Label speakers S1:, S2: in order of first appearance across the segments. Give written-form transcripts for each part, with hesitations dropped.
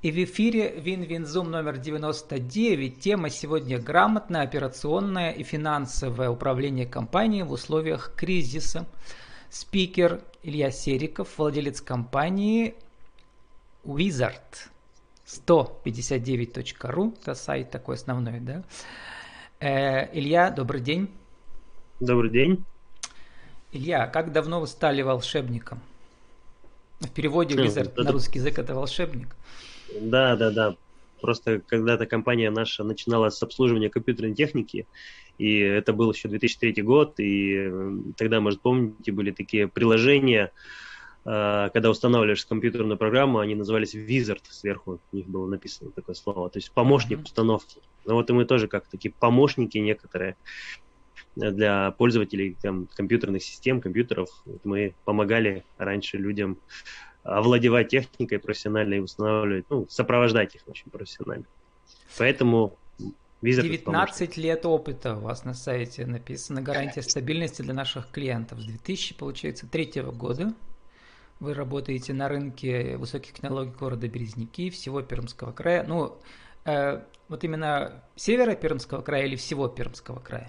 S1: И в эфире Винвинзум номер 99. Тема сегодня грамотное операционное и финансовое управление компанией в условиях кризиса. Спикер Илья Сериков, владелец компании Wizard 159.ru. Это сайт такой основной, да? Илья, добрый день.
S2: Добрый день.
S1: Илья, как давно вы стали волшебником? В переводе Wizard на русский язык это волшебник.
S2: Да. Просто когда-то компания наша начинала с обслуживания компьютерной техники, и это был еще 2003 год, и тогда, может, помните, были такие приложения, когда устанавливаешь компьютерную программу, они назывались Wizard, сверху у них было написано такое слово, то есть помощник установки. Ну вот и мы тоже как такие помощники некоторые для пользователей компьютерных систем, компьютеров. Вот мы помогали раньше людям овладевать техникой профессионально и устанавливать, сопровождать их очень профессионально. Поэтому Wizard
S1: 19 лет опыта у вас на сайте написано, гарантия стабильности для наших клиентов. С 2003 года вы работаете на рынке высоких технологий города Березники, всего Пермского края. Вот именно севера Пермского края или всего Пермского края?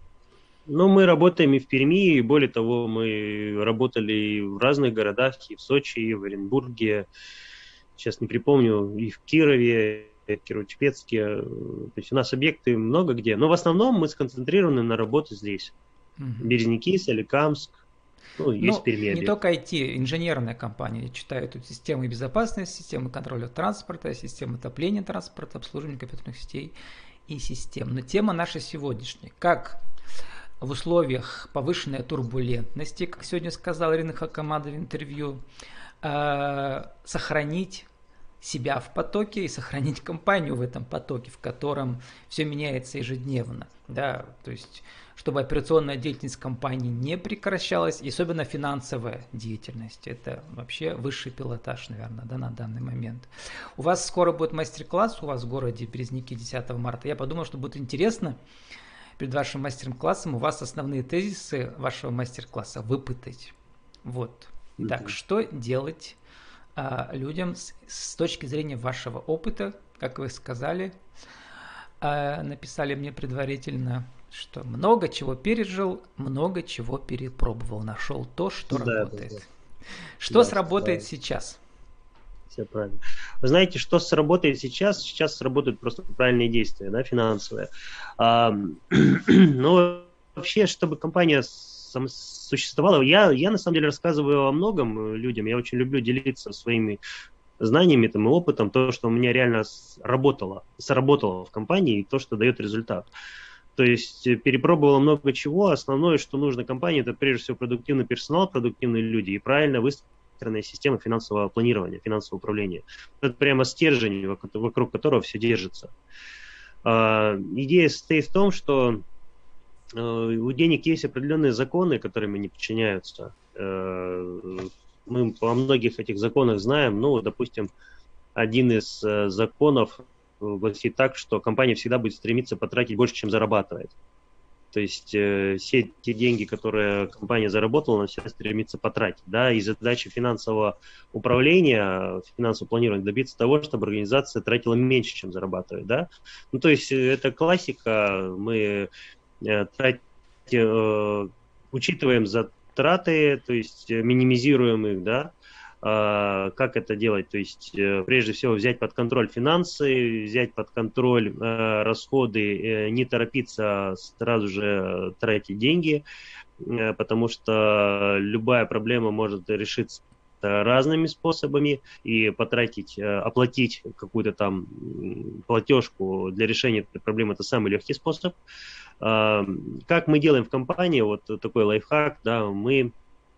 S2: Мы работаем и в Перми, и более того, мы работали и в разных городах, и в Сочи, и в Оренбурге, сейчас не припомню, и в Кирове, и в Кирово-Чепецке. То есть у нас объекты много где, но в основном мы сконцентрированы на работе здесь. Березники, Соликамск, есть в Перми объект.
S1: Не только IT, инженерная компания. Я читаю тут системы безопасности, системы контроля транспорта, системы отопления транспорта, обслуживания компьютерных сетей и систем. Но тема наша сегодняшняя. Как в условиях повышенной турбулентности, как сегодня сказал Ирина Хакамада в интервью, сохранить себя в потоке и сохранить компанию в этом потоке, в котором все меняется ежедневно. Да? То есть, чтобы операционная деятельность компании не прекращалась, и особенно финансовая деятельность. Это вообще высший пилотаж, наверное, да, на данный момент. У вас скоро будет мастер-класс, у вас в городе Березники 10 марта. Я подумал, что будет интересно перед вашим мастер-классом у вас основные тезисы вашего мастер-класса выпытать. Вот. Итак, что делать людям с точки зрения вашего опыта, как вы сказали, написали мне предварительно, что много чего пережил, много чего перепробовал, нашел то, что работает. Да. Что сработает сейчас?
S2: Все правильно. Вы знаете, что сработает сейчас? Сейчас сработают просто правильные действия, да, финансовые. Вообще, чтобы компания существовала, я на самом деле рассказываю о многом людям. Я очень люблю делиться своими знаниями и опытом, то, что у меня реально сработало в компании, и то, что дает результат. То есть перепробовала много чего. Основное, что нужно компании, это прежде всего продуктивный персонал, продуктивные люди и правильно выстроенная система финансового планирования, финансового управления. Это прямо стержень, вокруг которого все держится. Идея состоит в том, что у денег есть определенные законы, которым они подчиняются. Мы по многих этих законах знаем. Допустим, один из законов гласит так, что компания всегда будет стремиться потратить больше, чем зарабатывает. То есть все те деньги, которые компания заработала, она всегда стремится потратить. Да? И задача финансового управления, финансового планирования добиться того, чтобы организация тратила меньше, чем зарабатывает. Да? То есть это классика. Мы учитываем затраты, то есть минимизируем их, да. Как это делать? То есть прежде всего взять под контроль финансы, взять под контроль расходы, не торопиться сразу же тратить деньги, потому что любая проблема может решиться разными способами, и оплатить какую-то там платежку для решения этой проблемы — это самый легкий способ. Как мы делаем в компании, вот такой лайфхак, да, мы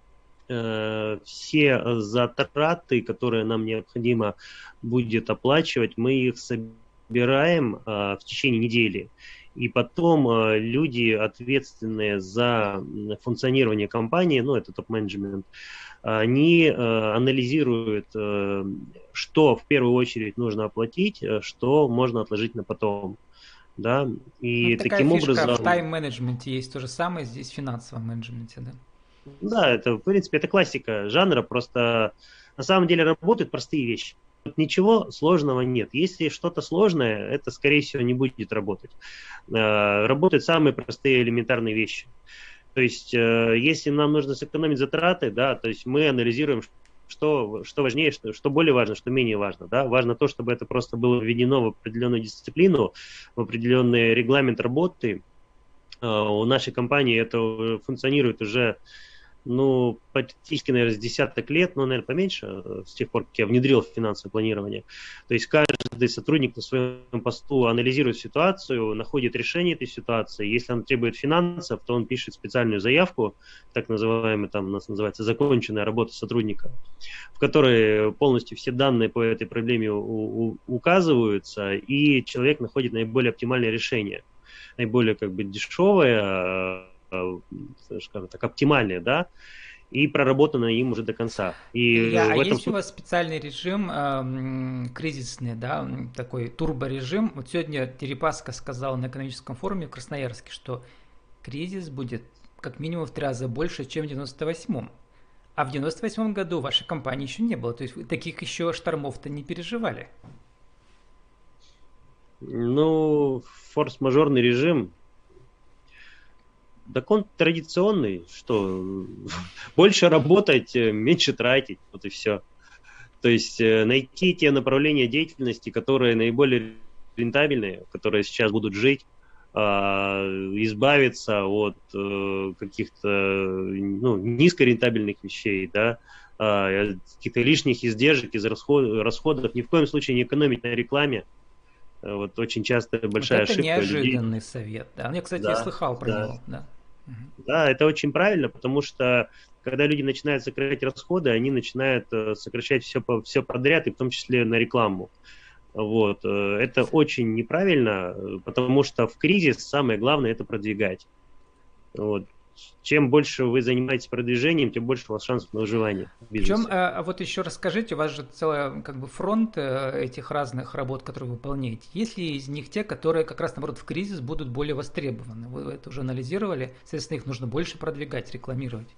S2: все затраты, которые нам необходимо будет оплачивать, мы их собираем в течение недели. И потом люди, ответственные за функционирование компании, это топ-менеджмент, они анализируют, что в первую очередь нужно оплатить, что можно отложить на потом. Да? И
S1: такая фишка в тайм-менеджменте есть то же самое здесь в финансовом менеджменте, да?
S2: Да, это, в принципе, это классика жанра, просто на самом деле работают простые вещи. ничего сложного нет. Если что-то сложное, это, скорее всего, не будет работать. Работают самые простые элементарные вещи. То есть, если нам нужно сэкономить затраты, да, то есть мы анализируем, что важнее, что более важно, что менее важно. Да? Важно то, чтобы это просто было введено в определенную дисциплину, в определенный регламент работы. У нашей компании это функционирует уже, ну, практически, наверное, с десяток лет, но, наверное, поменьше, с тех пор, как я внедрил финансовое планирование. То есть каждый сотрудник на своем посту анализирует ситуацию, находит решение этой ситуации. Если он требует финансов, то он пишет специальную заявку, так называемая, там у нас называется законченная работа сотрудника, в которой полностью все данные по этой проблеме указываются, и человек находит наиболее оптимальное решение, наиболее как бы дешевое, скажем так, оптимальные, да, и проработано им уже до конца. И
S1: Илья, а
S2: в этом
S1: есть у вас специальный режим кризисный, да, такой турборежим? Вот сегодня Дерипаска сказал на экономическом форуме в Красноярске, что кризис будет как минимум в 3 раза больше, чем в 98-м. А в 98-м году вашей компании еще не было, то есть вы таких еще штормов-то не переживали.
S2: Ну, форс-мажорный режим, так он традиционный, что больше работать, меньше тратить, вот и все. То есть найти те направления деятельности, которые наиболее рентабельные, которые сейчас будут жить, избавиться от каких-то низкорентабельных вещей, да, каких-то лишних издержек из расходов. Ни в коем случае не экономить на рекламе. Вот очень часто большая
S1: Вот это
S2: ошибка людей.
S1: неожиданный совет. Да, я, кстати,
S2: Да,
S1: слыхал про
S2: да.
S1: него. Да.
S2: Да, это очень правильно, потому что когда люди начинают сокращать расходы, они начинают сокращать все подряд, и в том числе на рекламу. Вот. Это очень неправильно, потому что в кризис самое главное это продвигать. Вот. Чем больше вы занимаетесь продвижением, тем больше у вас шансов на выживание в
S1: Причем,
S2: бизнесе.
S1: вот еще расскажите, у вас же целый как бы фронт этих разных работ, которые вы выполняете. Есть ли из них те, которые как раз наоборот в кризис будут более востребованы? Вы это уже анализировали? Соответственно, их нужно больше продвигать, рекламировать.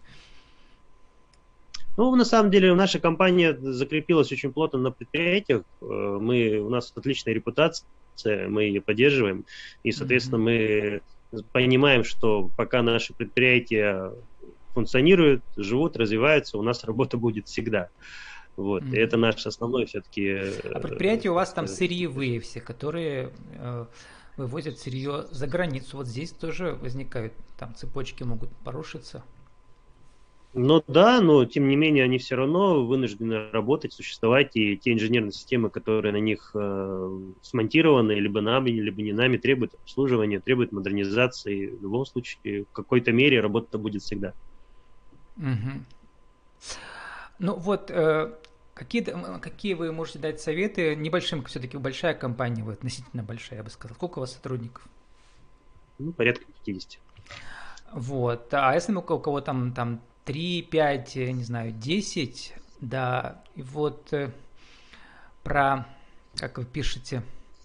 S2: Ну, на самом деле, наша компания закрепилась очень плотно на предприятиях. У нас отличная репутация, мы ее поддерживаем. И, соответственно, мы понимаем, что пока наши предприятия функционируют, живут, развиваются, у нас работа будет всегда. Вот. И это наш основной все-таки...
S1: А предприятия у вас там сырьевые все, которые вывозят сырье за границу. Вот здесь тоже возникают, там цепочки могут порушиться.
S2: Ну да, но тем не менее они все равно вынуждены работать, существовать, и те инженерные системы, которые на них смонтированы, либо нами, либо не нами, требуют обслуживания, требуют модернизации. В любом случае, в какой-то мере работа будет всегда.
S1: Угу. Ну вот, какие вы можете дать советы небольшим, все-таки большая компания, вы относительно большая, я бы сказал. Сколько у вас сотрудников?
S2: Ну, порядка 50.
S1: Вот, а если у кого там 3, 5, не знаю, 10, да, и вот про, как вы пишете,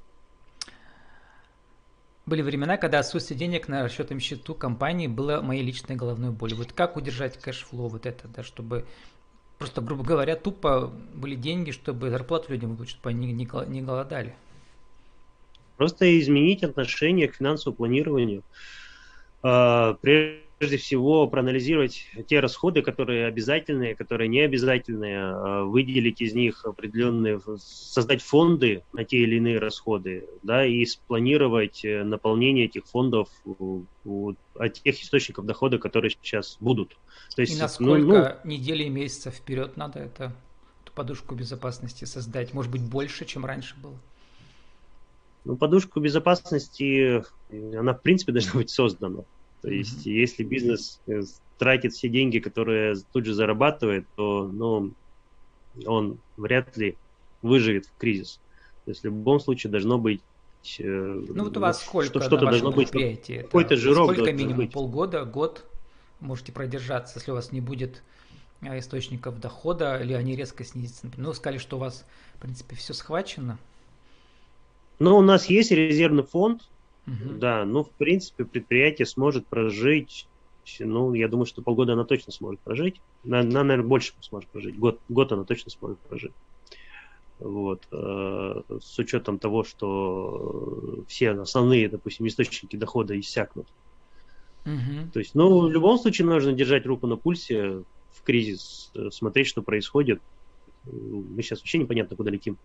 S1: были времена, когда отсутствие денег на расчетном счету компании было моей личной головной болью. Вот как удержать кэшфлоу, вот это, да, чтобы просто, грубо говоря, тупо были деньги, чтобы зарплату людям выплатить, чтобы они не голодали.
S2: Просто изменить отношение к финансовому планированию. Прежде всего проанализировать те расходы, которые обязательные, которые не обязательные, выделить из них определенные, создать фонды на те или иные расходы, да, и спланировать наполнение этих фондов от тех источников дохода, которые сейчас будут. То есть,
S1: и на сколько недель и месяцев вперед надо эту подушку безопасности создать? Может быть, больше, чем раньше было?
S2: Ну, подушку безопасности, она в принципе должна быть создана. То есть, если бизнес тратит все деньги, которые тут же зарабатывает, то он вряд ли выживет в кризис. То есть, в любом случае должно быть...
S1: Ну, вот у вас сколько
S2: что-то
S1: на вашем
S2: должно быть,
S1: предприятии?
S2: какой-то жирок
S1: сколько
S2: должен
S1: минимум?
S2: быть.
S1: Полгода, год можете продержаться, если у вас не будет источников дохода, или они резко снизятся? Ну, вы сказали, что у вас, в принципе, все схвачено.
S2: Но у нас есть резервный фонд, да, в принципе, предприятие сможет прожить, я думаю, что полгода она точно сможет прожить, она, наверное, больше сможет прожить, год она точно сможет прожить. вот, с учетом того, что все основные, допустим, источники дохода иссякнут.
S1: Мгм.
S2: То есть, ну, в любом случае нужно держать руку на пульсе в кризис, смотреть, что происходит. Мы сейчас вообще непонятно, куда летим.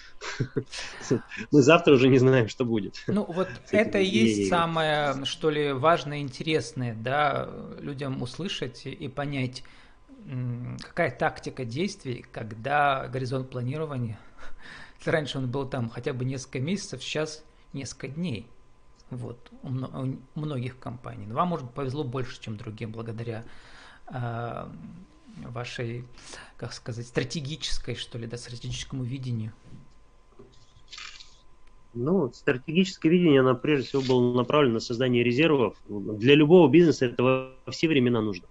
S2: Мы завтра уже не знаем, что будет
S1: Ну, вот
S2: с
S1: это
S2: этими
S1: и есть
S2: изменениями.
S1: самое, что ли, важное и интересное, да, людям услышать и понять, какая тактика действий, когда горизонт планирования, если раньше он был там хотя бы несколько месяцев, сейчас несколько дней. Вот, у многих компаний. Вам, может, повезло больше, чем другим, благодаря э, вашей, как сказать, стратегической, что ли, да, стратегическому видению.
S2: Ну, стратегическое видение, оно прежде всего было направлено на создание резервов. Для любого бизнеса это во все времена нужно.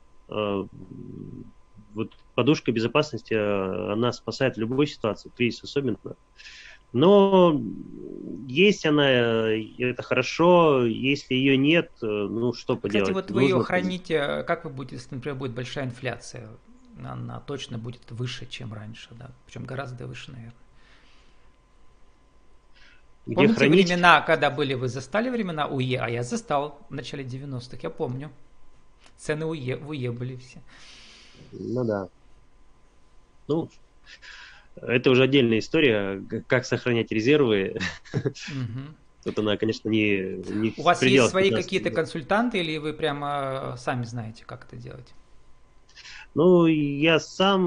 S2: Вот подушка безопасности, она спасает в любой ситуации, в кризис особенно. Но есть она, это хорошо, если ее нет, ну что
S1: Кстати,
S2: поделать,
S1: вот вы ее
S2: нужно.
S1: храните, как вы будете, если, например, будет большая инфляция, она точно будет выше, чем раньше, да, причем гораздо выше, наверное.
S2: Где
S1: Помните
S2: хранить?
S1: времена, когда были, вы застали времена УЕ, а я застал в начале 90-х, я помню. Цены УЕ, в УЕ были все.
S2: Ну да. Ну, это уже отдельная история, как сохранять резервы.
S1: Мгм.
S2: Тут она, конечно, не
S1: У
S2: в
S1: вас есть
S2: пределах
S1: свои
S2: 15
S1: какие-то
S2: минут.
S1: консультанты или вы прямо сами знаете, как это делать?
S2: Ну, я сам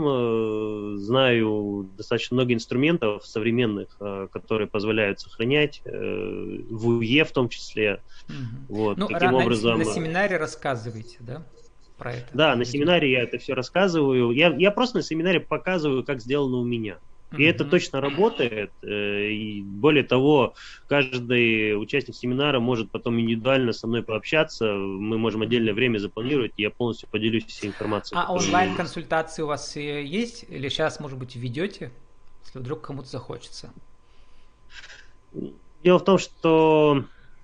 S2: знаю достаточно много инструментов современных, которые позволяют сохранять, в УЕ в том числе.
S1: Мгм.
S2: Вот,
S1: Ну,
S2: каким
S1: на
S2: образом...
S1: семинаре рассказывайте, да, про это
S2: Да, на
S1: людям.
S2: семинаре я это все рассказываю. Я просто на семинаре показываю, как сделано у меня. И это
S1: Мгм.
S2: точно работает. И более того, каждый участник семинара может потом индивидуально со мной пообщаться. Мы можем отдельное время запланировать, и я полностью поделюсь всей информацией,
S1: А
S2: которая у меня есть.
S1: онлайн-консультации у вас есть? Или сейчас, может быть, ведете, если вдруг кому-то захочется?
S2: Дело в том, что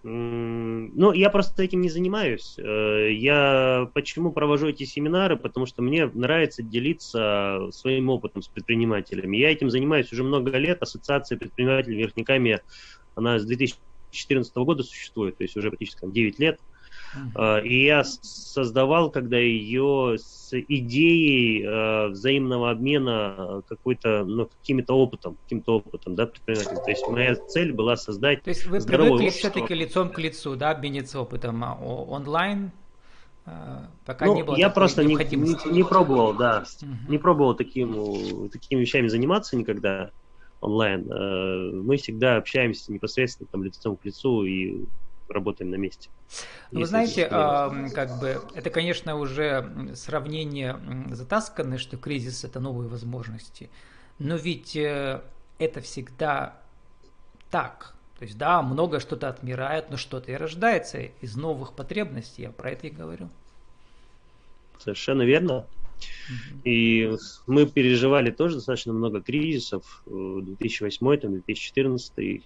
S2: ну, я просто этим не занимаюсь. Я почему провожу эти семинары? Потому что мне нравится делиться своим опытом с предпринимателями. Я этим занимаюсь уже много лет. Ассоциация предпринимателей Верхнекамья, она с 2014 года существует, то есть уже практически 9 лет.
S1: Мгм.
S2: И я создавал, когда ее с идеей взаимного обмена какой-то, ну, каким-то опытом, да, предпринимателя. То есть моя цель была создать
S1: То есть вы
S2: здоровое
S1: привыкли
S2: общество.
S1: все-таки лицом к лицу, да, обмениться опытом, а онлайн пока не
S2: Ну,
S1: было
S2: я
S1: такой
S2: просто
S1: необходимости.
S2: не пробовал, да, не
S1: Мгм.
S2: пробовал такими вещами заниматься никогда онлайн. Мы всегда общаемся непосредственно там лицом к лицу и работаем на месте,
S1: Ну, вы
S2: если это
S1: знаете,
S2: необходимо.
S1: как бы это, конечно, уже сравнение затасканное, что кризис – это новые возможности. Но ведь это всегда так. То есть, да, много что-то отмирает, но что-то и рождается из новых потребностей. Я про это и говорю.
S2: Совершенно верно.
S1: Мгм.
S2: И мы переживали тоже достаточно много кризисов, 2008, там, 2014.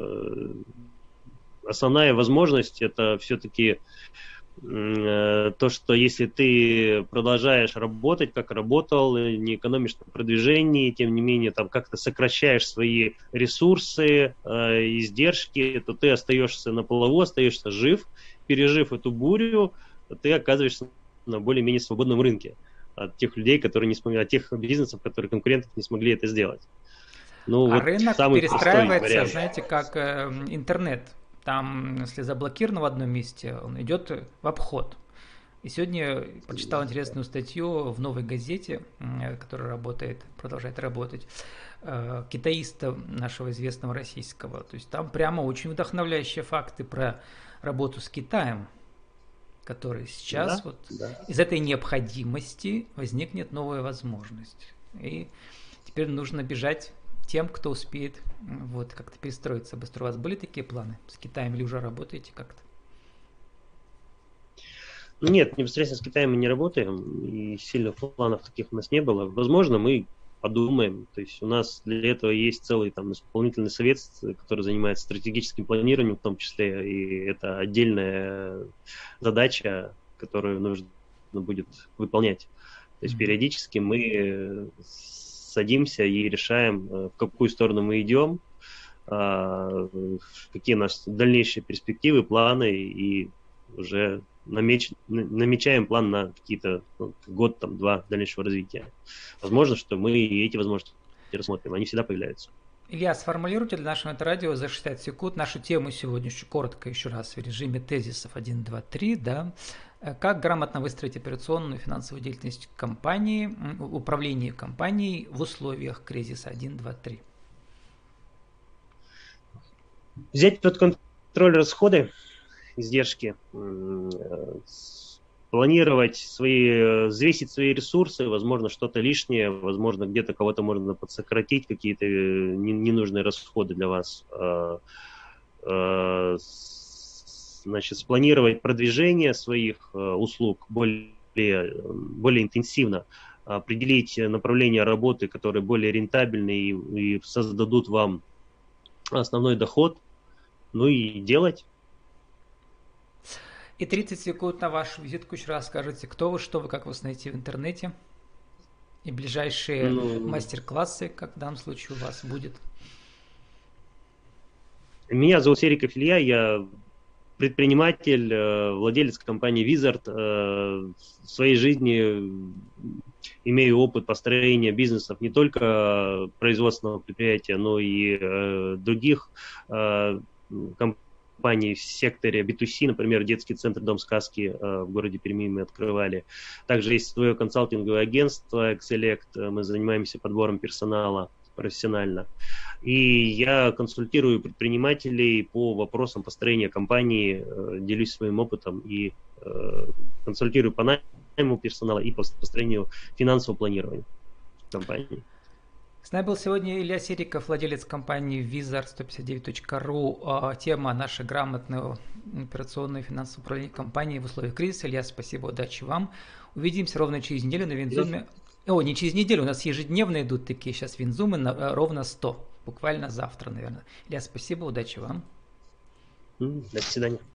S2: Основная возможность это все-таки то, что если ты продолжаешь работать, как работал, не экономишь на продвижении, тем не менее там как-то сокращаешь свои ресурсы, издержки, то ты остаешься на плаву, остаешься жив, пережив эту бурю, ты оказываешься на более-менее свободном рынке от тех людей, которые не смогли, от тех бизнесов, которые конкурентов не смогли это сделать. Ну
S1: А
S2: вот
S1: рынок
S2: самый простой
S1: перестраивается,
S2: вариант.
S1: знаете, как интернет. Там, если заблокировано в одном месте, он идет в обход. И сегодня прочитал интересную статью в «Новой газете», которая работает, продолжает работать, китаиста нашего известного российского. То есть там прямо очень вдохновляющие факты про работу с Китаем, который сейчас
S2: Да,
S1: вот
S2: да.
S1: из этой необходимости возникнет новая возможность. И теперь нужно бежать тем, кто успеет вот как-то перестроиться быстро. У вас были такие планы с Китаем или уже работаете как-то?
S2: Нет, непосредственно с Китаем мы не работаем, и сильных планов таких у нас не было. Возможно, мы подумаем. То есть у нас для этого есть целый там исполнительный совет, который занимается стратегическим планированием в том числе, и это отдельная задача, которую нужно будет выполнять. То есть
S1: Мгм.
S2: периодически мы садимся и решаем, в какую сторону мы идем, какие у нас дальнейшие перспективы, планы, и уже намечаем план на какие-то год, там, два дальнейшего развития. Возможно, что мы и эти возможности рассмотрим, они всегда появляются.
S1: Илья, сформулируйте для нашего радио за 60 секунд нашу тему сегодня, коротко еще раз, в режиме тезисов 1, 2, 3, да. Как грамотно выстроить операционную и финансовую деятельность компании, управление компанией в условиях кризиса 1, 2, 3?
S2: Взять под контроль расходы, издержки, планировать взвесить свои ресурсы, возможно, что-то лишнее, возможно, где-то кого-то можно подсократить, какие-то ненужные расходы для вас. Значит, спланировать продвижение своих услуг более интенсивно, определить направления работы, которые более рентабельны и создадут вам основной доход, ну и делать.
S1: И 30 секунд на вашу визитку. Еще раз скажите, кто вы, что вы, как вас найти в интернете. И ближайшие мастер-классы, как в данном случае у вас будет.
S2: Меня зовут Сериков Илья, я предприниматель, владелец компании Wizard. В своей жизни имею опыт построения бизнесов не только производственного предприятия, но и других компаний в секторе B2C, например, детский центр «Дом сказки» в городе Перми мы открывали. Также есть свое консалтинговое агентство Excelect, мы занимаемся подбором персонала профессионально. И я консультирую предпринимателей по вопросам построения компании, делюсь своим опытом и консультирую по найму персонала и по построению финансового планирования компании.
S1: С нами был сегодня Илья Сериков, владелец компании Wizard159.ru. Тема наша грамотная операционная и финансовое управление компанией в условиях кризиса. Илья, спасибо, удачи вам. Увидимся ровно через неделю на Винзуме. Не через неделю, у нас ежедневно идут такие сейчас Винзумы ровно 100. Буквально завтра, наверное. Илья, спасибо, удачи вам.
S2: До свидания.